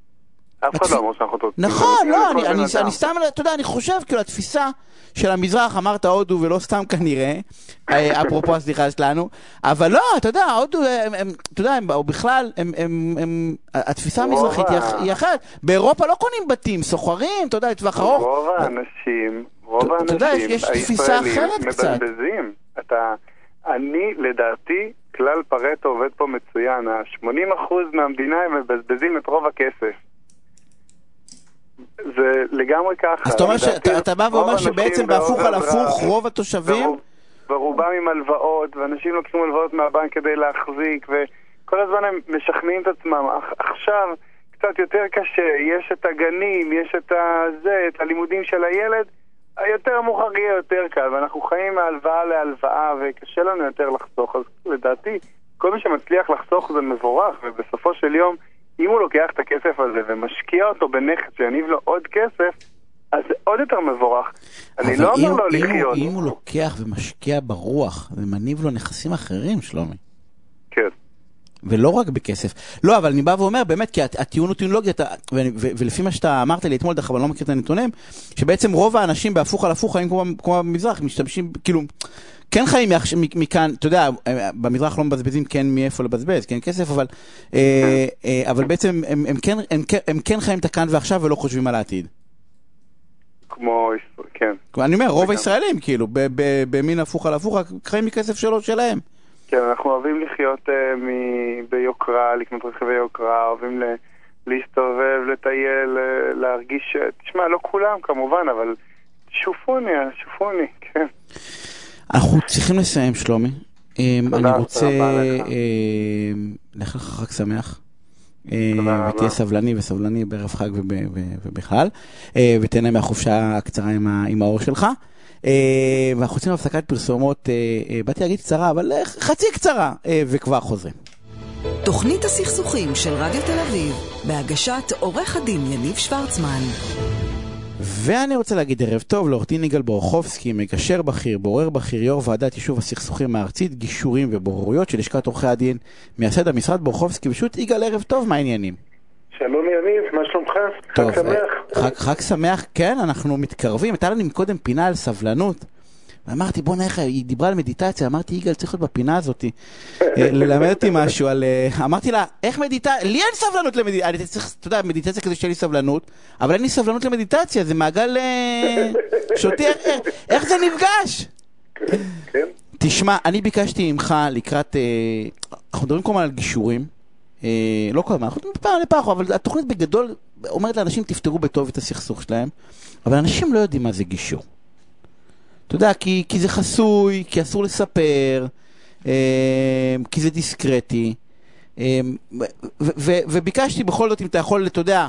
אף אחד לא אמר שאנחנו צודקים. נכון, לא, אני, אני, אני סתם, אתה יודע, אני חושב, כאילו, התפיסה של המזרח, אמרת הודו ולא סתם כנראה, אפרופו הסליחה שלנו, אבל לא, אתה יודע, הודו, אתה יודע, או בכלל, התפיסה המזרחית היא אחרת. באירופה לא קונים בתים, סוחרים, אתה יודע, לטווח ארוך. רוב האנשים, רוב האנשים, הישראלים מבזבזים. אתה, אני, לדעתי, כלל פרטו עובד פה מצוין, ה-שמונים אחוז מהמדינה הם מבזבזים את רוב הכסף. זה לגמרי ככה. אז אתה אומר שאתה בא ואומר שבעצם בהפוך על הפוך רוב התושבים? ורובם עם הלוואות, ואנשים לוקחים הלוואות מהבנק כדי להחזיק, וכל הזמן הם משכנעים את עצמם. עכשיו קצת יותר קשה, יש את הגנים, יש את זה, את הלימודים של הילד, היותר מאוחר יהיה יותר קל, ואנחנו חיים מהלוואה להלוואה, וקשה לנו יותר לחסוך. אז לדעתי, כל מי שמצליח לחסוך זה מבורך, ובסופו של יום, אם הוא לוקח את הכסף הזה ומשקיע אותו בנכס שיניב לו עוד כסף, אז זה עוד יותר מבורך. אני לא אומר לו לחיות. אם הוא לוקח ומשקיע ברוח, ומניב לו נכסים אחרים, שלומי. כן. ולא רק בכסף. לא, אבל אני בא ואומר, באמת, כי הטיעון הוא טיעון לוגי, ולפי מה שאתה אמרת לי אתמול, דרך אבל אני לא מכיר את הנתונים, שבעצם רוב האנשים בהפוך על הפוך חיים כמו במזרח, משתמשים, כאילו, כן חיים מכאן, אתה יודע, במזרח לא מבזבזים כן מאיפה לבזבז, כן כסף, אבל אבל בעצם הם כן חיים את הכאן ועכשיו ולא חושבים על העתיד. כמו, כן. אני אומר, רוב הישראלים, כאילו, במין הפוך על הפוך, חיים מכסף שלו שלהם. כן, אנחנו אוהבים לחיות uh, מ- ביוקרה, לקנות רכבי יוקרה, אוהבים ל- להסתובב, לטייל, uh, להרגיש, uh, תשמע, לא כולם כמובן, אבל שופוני, שופוני, כן. אנחנו צריכים לסיים, שלומי. תודה, אני רוצה לאחל לך חג שמח. ותהיה סבלני וסבלני בערב חג ובכלל, ותהנה מהחופשה הקצרה עם האור שלך. ואנחנו רוצים להפסקת פרסומות, באתי להגיד קצרה, אבל חצי קצרה, וכבר חוזרים. תוכנית הסכסוכים של רדיו תל אביב, בהגשת עורך הדין יניב שוורצמן. ואני רוצה להגיד ערב טוב לעורך דין יגאל בורחובסקי, מגשר בכיר, בורר בכיר, יו"ר ועדת יישוב הסכסוכים הארצית, גישורים ובוררויות של לשכת עורכי הדין, מייסד המשרד בורחובסקי. פשוט יגאל, ערב טוב, מה העניינים? שלום יניב, מה שלומך? טוב, חג שמח. חג, חג שמח, כן, אנחנו מתקרבים. הייתה לנו קודם פינה על סבלנות, ואמרתי, בוא נלך, היא דיברה על מדיטציה, אמרתי, יגאל, צריך להיות בפינה הזאת, ללמד אותי משהו על... אמרתי לה, איך מדיטציה? לי אין סבלנות למדיטציה, אני צריך, אתה יודע, מדיטציה כזה שאין לי סבלנות, אבל אין לי סבלנות למדיטציה, זה מעגל שוטי, איך זה נפגש? תשמע, אני ביקשתי ממך לקראת, אנחנו מדברים כל הזמן על גישורים, לא כל הזמן, אנחנו מדברים פעם לפעם, אבל התוכנית בגדול אומרת לאנשים, תפתרו בטוב את הסכסוך שלהם, אבל אנשים לא יודעים מה זה גישור. אתה יודע, כי, כי זה חסוי, כי אסור לספר, אה, כי זה דיסקרטי, אה, ו, ו, וביקשתי בכל זאת, אם אתה יכול, אתה יודע,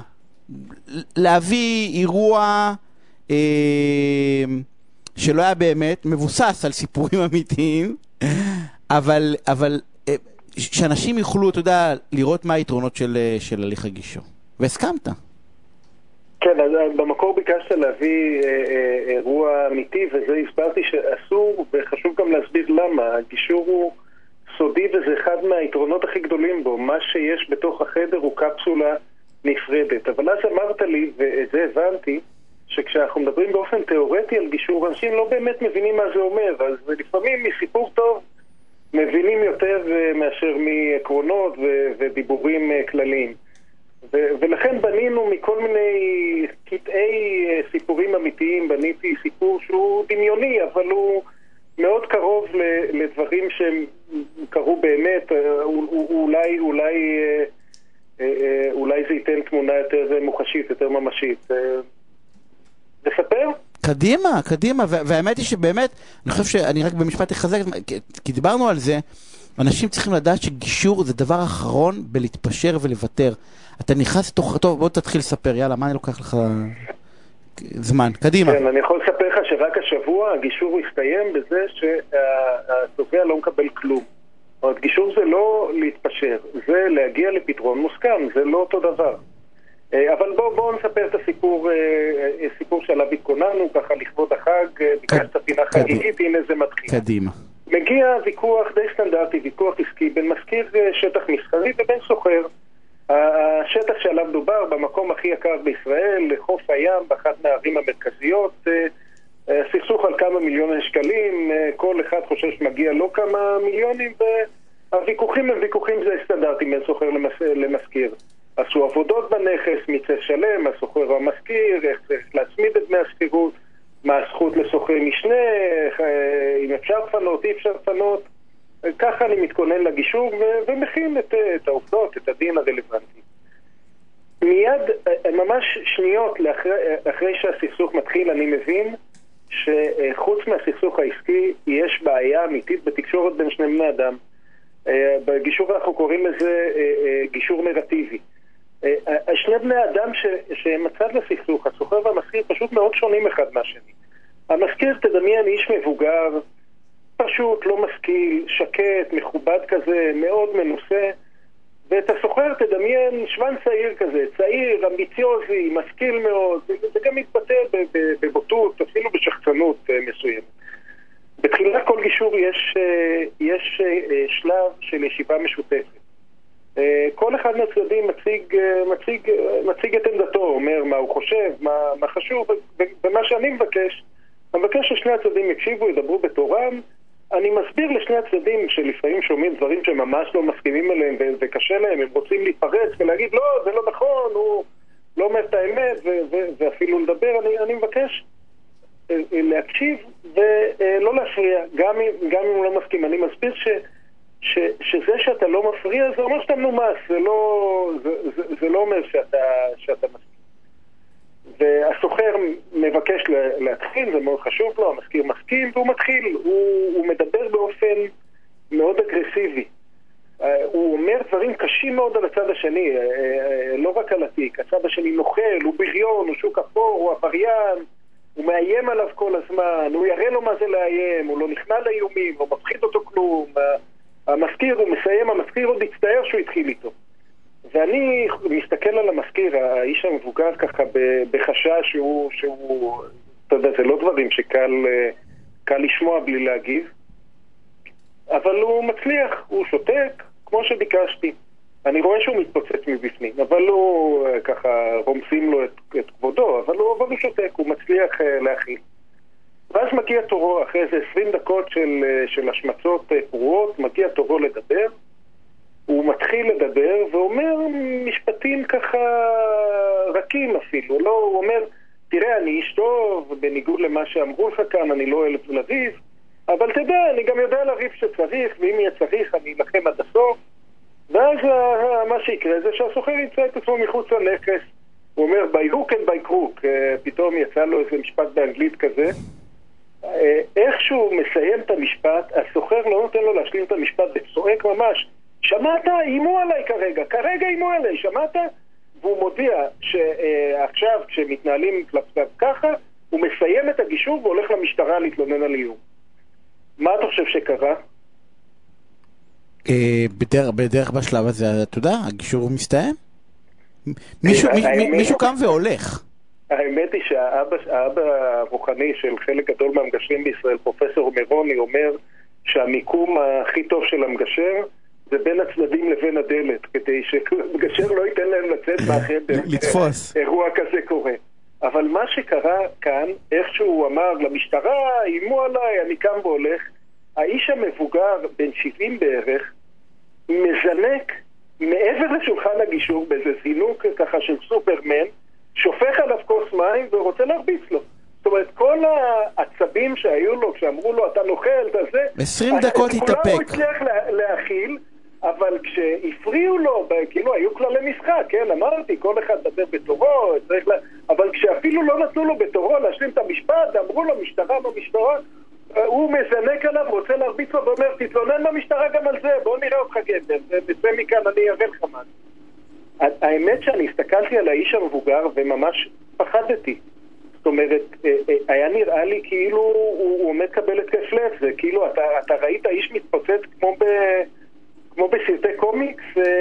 להביא אירוע אה, שלא היה באמת, מבוסס על סיפורים אמיתיים, אבל, אבל אה, שאנשים יוכלו, אתה יודע, לראות מה היתרונות של, של הליך הגישור. והסכמת. כן, אז במקור ביקשת להביא אה, אה, אירוע אמיתי, וזה הסברתי שאסור, וחשוב גם להסביר למה. הגישור הוא סודי, וזה אחד מהיתרונות הכי גדולים בו. מה שיש בתוך החדר הוא קפסולה נפרדת. אבל אז אמרת לי, ואת זה הבנתי, שכשאנחנו מדברים באופן תיאורטי על גישור, אנשים לא באמת מבינים מה זה אומר. אז לפעמים מסיפור טוב מבינים יותר מאשר מעקרונות ו- ודיבורים כלליים. ולכן בנינו מכל מיני קטעי סיפורים אמיתיים, בניתי סיפור שהוא דמיוני, אבל הוא מאוד קרוב לדברים שהם קרו באמת. אולי, אולי, אולי זה ייתן תמונה יותר מוחשית, יותר ממשית. לספר? קדימה, קדימה, והאמת היא שבאמת, אני חושב שאני רק במשפט אחזק, כי דיברנו על זה, אנשים צריכים לדעת שגישור זה דבר אחרון בלהתפשר ולוותר. אתה נכנס תוך... טוב, בוא תתחיל לספר, יאללה, מה אני לוקח לך זמן? קדימה. כן, אני יכול לספר לך שרק השבוע הגישור הסתיים בזה שהתובע לא מקבל כלום. אבל גישור זה לא להתפשר, זה להגיע לפתרון מוסכם, זה לא אותו דבר. אבל בואו בוא נספר את הסיפור, סיפור שעליו התכוננו, ככה לכבוד החג, ביקשת פינה חגיגית, הנה זה מתחיל. קדימה. מגיע ויכוח די סטנדרטי, ויכוח עסקי, בין מזכיר שטח מסחרי ובין סוחר. השטח שעליו דובר במקום הכי יקר בישראל, לחוף הים, באחת מהערים המרכזיות, סכסוך על כמה מיליוני שקלים, כל אחד חושב שמגיע לו כמה מיליונים, והוויכוחים הם ויכוחים זה סטנדרטים בין סוחר למזכיר. עשו עבודות בנכס, מיצב שלם, הסוחר והמזכיר, איך צריך להצמיד את דמי השכירות, מה הזכות לסוחר משנה, אם אפשר לפנות, אי אפשר לפנות. ככה אני מתכונן לגישור ו- ומכין את, את העובדות, את הדין הרלוונטי. מיד, ממש שניות לאחרי, אחרי שהסכסוך מתחיל, אני מבין שחוץ מהסכסוך העסקי יש בעיה אמיתית בתקשורת בין שני בני אדם. בגישור אנחנו קוראים לזה גישור נרטיבי. שני בני אדם ש- שהם הצד לסכסוך, הסוחר והמזכיר, פשוט מאוד שונים אחד מהשני. המזכיר, תדמיין, איש מבוגר, פשוט, לא משכיל, שקט, מכובד כזה, מאוד מנוסה. ואת הסוחר תדמיין שוון צעיר כזה, צעיר, אמביציוזי, משכיל מאוד, זה גם מתבטא בבוטות, אפילו בשחצנות מסוימת. בתחילת כל גישור יש, יש שלב של ישיבה משותפת. כל אחד מהצדדים מציג, מציג, מציג את עמדתו, אומר מה הוא חושב, מה, מה חשוב, ומה שאני מבקש, אני מבקש ששני הצדדים יקשיבו, ידברו בתורם. אני מסביר לשני הצדדים שלפעמים שומעים דברים שממש לא מסכימים אליהם ו- וקשה להם, הם רוצים להיפרץ ולהגיד לא, זה לא נכון, הוא לא אומר את האמת ו- ו- ואפילו לדבר. אני, אני מבקש להקשיב ולא להפריע, גם אם, גם אם הוא לא מסכים. אני מסביר ש, ש, שזה שאתה לא מפריע זה אומר שאתה מנומס, זה לא, זה, זה, זה לא אומר שאתה, שאתה מסכים. והסוחר מבקש להתחיל, זה מאוד חשוב לו, המזכיר מסכים והוא מתחיל, הוא, הוא מדבר באופן מאוד אגרסיבי, הוא אומר דברים קשים מאוד על הצד השני, לא רק על התיק, הצד השני נוכל, הוא בריון, הוא שוק אפור, הוא עבריין, הוא מאיים עליו כל הזמן, הוא יראה לו מה זה לאיים, הוא לא נכנע לאיומים, לא מפחיד אותו כלום, המזכיר הוא מסיים, המזכיר עוד יצטער שהוא התחיל איתו. ואני מסתכל על המזכיר, האיש המבוגר ככה בחשש שהוא, שהוא, אתה יודע, זה לא דברים שקל קל לשמוע בלי להגיב, אבל הוא מצליח, הוא שותק, כמו שביקשתי. אני רואה שהוא מתפוצץ מבפנים, אבל הוא ככה רומסים לו את, את כבודו, אבל הוא, אבל הוא שותק, הוא מצליח להכיל. ואז מגיע תורו, אחרי איזה עשרים דקות של, של השמצות פרועות, מגיע תורו לדבר, הוא מתחיל לדבר ואומר משפטים ככה רכים אפילו, לא, הוא אומר, תראה, אני איש טוב, בניגוד למה שאמרו לך כאן, אני לא אוהב לריב, אבל תדע, אני גם יודע לריב שצריך, ואם יהיה צריך, אני אלחם עד הסוף. ואז מה שיקרה זה שהסוחר ימצא את עצמו מחוץ לנכס. הוא אומר, by hook and by crook, פתאום יצא לו איזה משפט באנגלית כזה. איכשהו מסיים את המשפט, הסוחר לא נותן לו להשלים את המשפט, וצועק ממש, שמעת? אימו עליי כרגע, כרגע אימו עליי, שמעת? והוא מודיע שעכשיו כשמתנהלים כלפיו ככה, הוא מסיים את הגישור והולך למשטרה להתלונן על איום. מה אתה חושב שקרה? בדרך בשלב הזה, אתה יודע, הגישור מסתיים? מישהו קם והולך. האמת היא שהאבא הרוחני של חלק גדול מהמגשרים בישראל, פרופסור מירוני, אומר שהמיקום הכי טוב של המגשר זה בין הצדדים לבין הדלת, כדי שמגשר לא ייתן להם לצאת מהחדר. לתפוס. אירוע כזה קורה. אבל מה שקרה כאן, איכשהו אמר למשטרה, אימו עליי, אני קם והולך, האיש המבוגר, בן שבעים בערך, מזנק מעבר לשולחן הגישור, באיזה זינוק ככה של סופרמן, שופך עליו כוס מים ורוצה להרביץ לו. זאת אומרת, כל העצבים שהיו לו, כשאמרו לו, אתה נוכל, אתה זה... עשרים דקות התאפק. כולם הוא הצליח לה, להכיל, אבל כשהפריעו לו, כאילו היו כללי משחק, כן, אמרתי, כל אחד דבר בתורו, צריך לה... אבל כשאפילו לא נתנו לו בתורו להשלים את המשפט, אמרו לו, משטרה במשטרה, הוא מזנק עליו, רוצה להרביץ לו ואומר, תתלונן במשטרה גם על זה, בוא נראה אותך גבר, ובצא מכאן אני אראה לך מה. האמת שאני הסתכלתי על האיש המבוגר וממש פחדתי. זאת אומרת, היה נראה לי כאילו הוא עומד קבל את כיף לב, זה כאילו, אתה, אתה ראית איש מתפוצץ כמו, ב, כמו בסרטי קומיקס,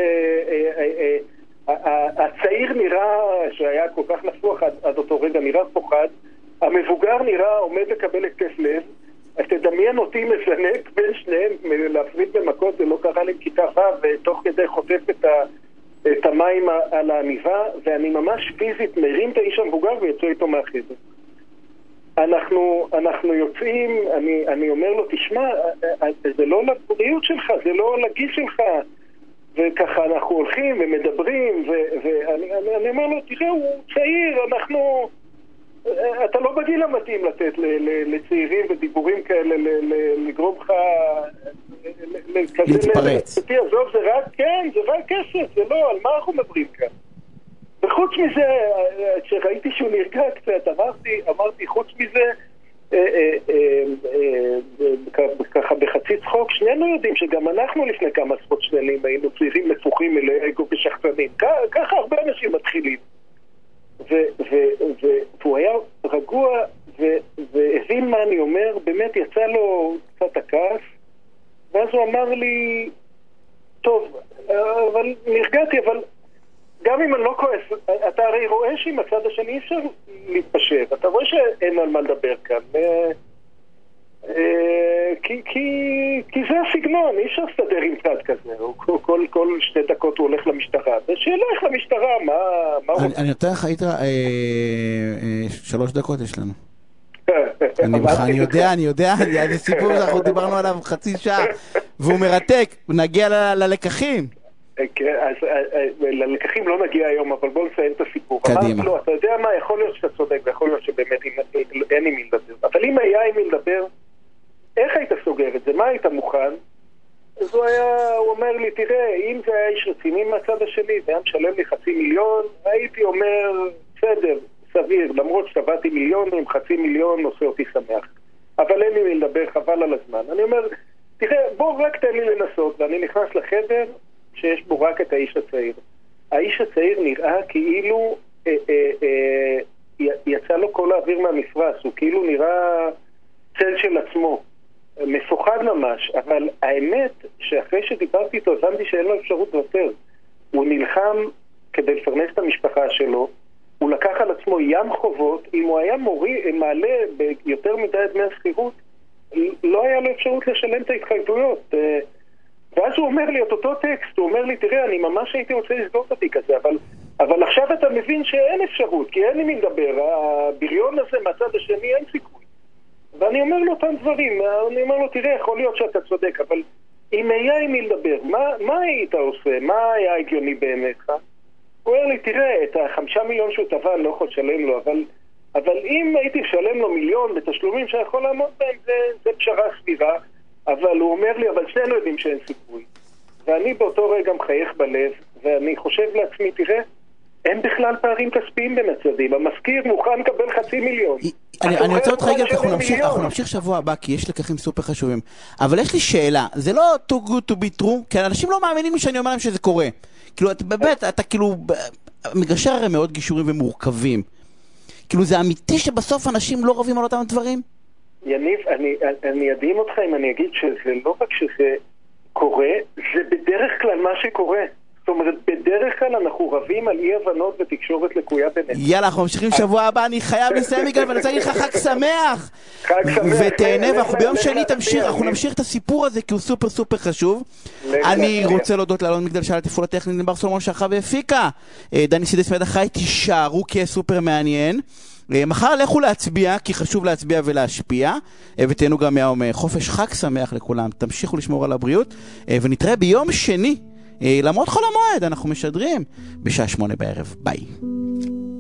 הצעיר נראה שהיה כל כך נפוח עד, עד אותו רגע, נראה פוחד, המבוגר נראה עומד לקבל את כיף לב, תדמיין אותי מזנק בין שניהם, להפריד במכות, זה לא קרה לי כיתה ו' ותוך כדי חוטף את ה... את המים על העניבה, ואני ממש פיזית מרים את האיש המבוגר ויוצא איתו מהחדר. אנחנו, אנחנו יוצאים, אני, אני אומר לו, תשמע, זה לא לבריאות שלך, זה לא לגיל שלך, וככה אנחנו הולכים ומדברים, ואני אני, אני אומר לו, תראה, הוא צעיר, אנחנו, אתה לא בגיל המתאים לתת לצעירים ודיבורים כאלה, לגרום לך... להתפרץ. עזוב, זה רק, כן, זה רק כסף, זה לא, על מה אנחנו מדברים כאן? וחוץ מזה, כשראיתי שהוא נרגע קצת, אמרתי, אמרתי, חוץ מזה, ככה בחצי צחוק, שנינו יודעים שגם אנחנו לפני כמה עשרות שנים היינו צעירים מפוחים אלי אגו ושחצנים. ככה הרבה אנשים מתחילים. והוא היה רגוע והבין מה אני אומר, באמת יצא לו קצת הכעס, ואז הוא אמר לי, טוב, אבל נרגעתי, אבל גם אם אני לא כועס, אתה הרי רואה שעם הצד השני אי אפשר להתפשר, אתה רואה שאין על מה לדבר כאן, כי, כי, כי זה הסגנון, אי אפשר לסדר עם צד כזה, כל, כל, כל שתי דקות הוא הולך למשטרה, זה שהולך למשטרה, מה, מה הוא... אני נותן לך, היית, שלוש דקות יש לנו. אני יודע, אני יודע, זה סיפור שאנחנו דיברנו עליו חצי שעה, והוא מרתק, נגיע ללקחים. כן, אז ללקחים לא נגיע היום, אבל בואו נסיים את הסיפור. קדימה. לא, אתה יודע מה, יכול להיות שאתה צודק, ויכול להיות שבאמת אין עם מי לדבר. אבל אם היה עם מי לדבר, איך היית סוגר את זה? מה היית מוכן? אז הוא היה, הוא אומר לי, תראה, אם זה היה איש רציני מהצד השני, זה היה משלם לי חצי מיליון, הייתי אומר, בסדר, סביר, למרות שטבעתי מיליונים, חצי מיליון עושה אותי שמח. אבל אין לי מי לדבר, חבל על הזמן. אני אומר, תראה, בוא רק תן לי לנסות, ואני נכנס לחדר שיש בו רק את האיש הצעיר. האיש הצעיר נראה כאילו אה, אה, אה, יצא לו כל האוויר מהמפרס, הוא כאילו נראה צל של עצמו, מפוחד ממש, אבל האמת שאחרי שדיברתי איתו הבנתי שאין לו אפשרות יותר. הוא נלחם כדי לפרנס את המשפחה שלו, הוא לקח על עצמו ים חובות, אם הוא היה מורי, מעלה ביותר מדי דמי השכירות, לא היה לו אפשרות לשלם את ההתחייבויות. ואז הוא אומר לי את אותו טקסט, הוא אומר לי, תראה, אני ממש הייתי רוצה לסגור את התיק הזה, אבל, אבל עכשיו אתה מבין שאין אפשרות, כי אין לי מי לדבר, הבריון הזה מהצד השני אין סיכוי. ואני אומר לו אותם דברים, אני אומר לו, תראה, יכול להיות שאתה צודק, אבל אם היה עם מי לדבר, מה, מה היית עושה? מה היה הגיוני בעיניך? הוא אומר לי, תראה, את החמישה מיליון שהוא טבע, אני לא יכול לשלם לו, אבל, אבל אם הייתי לשלם לו מיליון בתשלומים שאני יכול לעמוד בהם, זה, זה פשרה סבירה, אבל הוא אומר לי, אבל שנינו יודעים שאין סיכוי. ואני באותו רגע מחייך בלב, ואני חושב לעצמי, תראה, אין בכלל פערים כספיים בין הצדדים. המזכיר מוכן לקבל חצי מיליון. אני רוצה אותך רגע, אנחנו נמשיך שבוע הבא, כי יש לקחים סופר חשובים. אבל יש לי שאלה, זה לא too good to be true, כי אנשים לא מאמינים לי שאני אומר להם שזה קורה. כאילו, באמת, אתה כאילו, מגשר הרי מאוד גישורים ומורכבים. כאילו, זה אמיתי שבסוף אנשים לא רבים על אותם דברים? יניב, אני, אני אדהים אותך אם אני אגיד שזה לא רק שזה קורה, זה בדרך כלל מה שקורה. זאת אומרת, בדרך כלל אנחנו רבים על אי הבנות ותקשורת לקויה בינינו. יאללה, אנחנו ממשיכים שבוע הבא, אני חייב לסיים בגלל, ואני רוצה להגיד לך חג שמח. חג שמח. ותהנה, ואנחנו ביום שני תמשיך, אנחנו נמשיך את הסיפור הזה, כי הוא סופר סופר חשוב. אני רוצה להודות לאלון מגדל שעל התפעול הטכני, נבר סולומון שערכה והפיקה. דני סידס מיד אחריי, תישארו כי סופר מעניין. מחר לכו להצביע, כי חשוב להצביע ולהשפיע, ותהנו גם מהיום חופש חג שמח לכולם. תמשיכו לשמור על הבריאות, ונתראה ביום שני. למרות חול המועד, אנחנו משדרים בשעה שמונה בערב. ביי.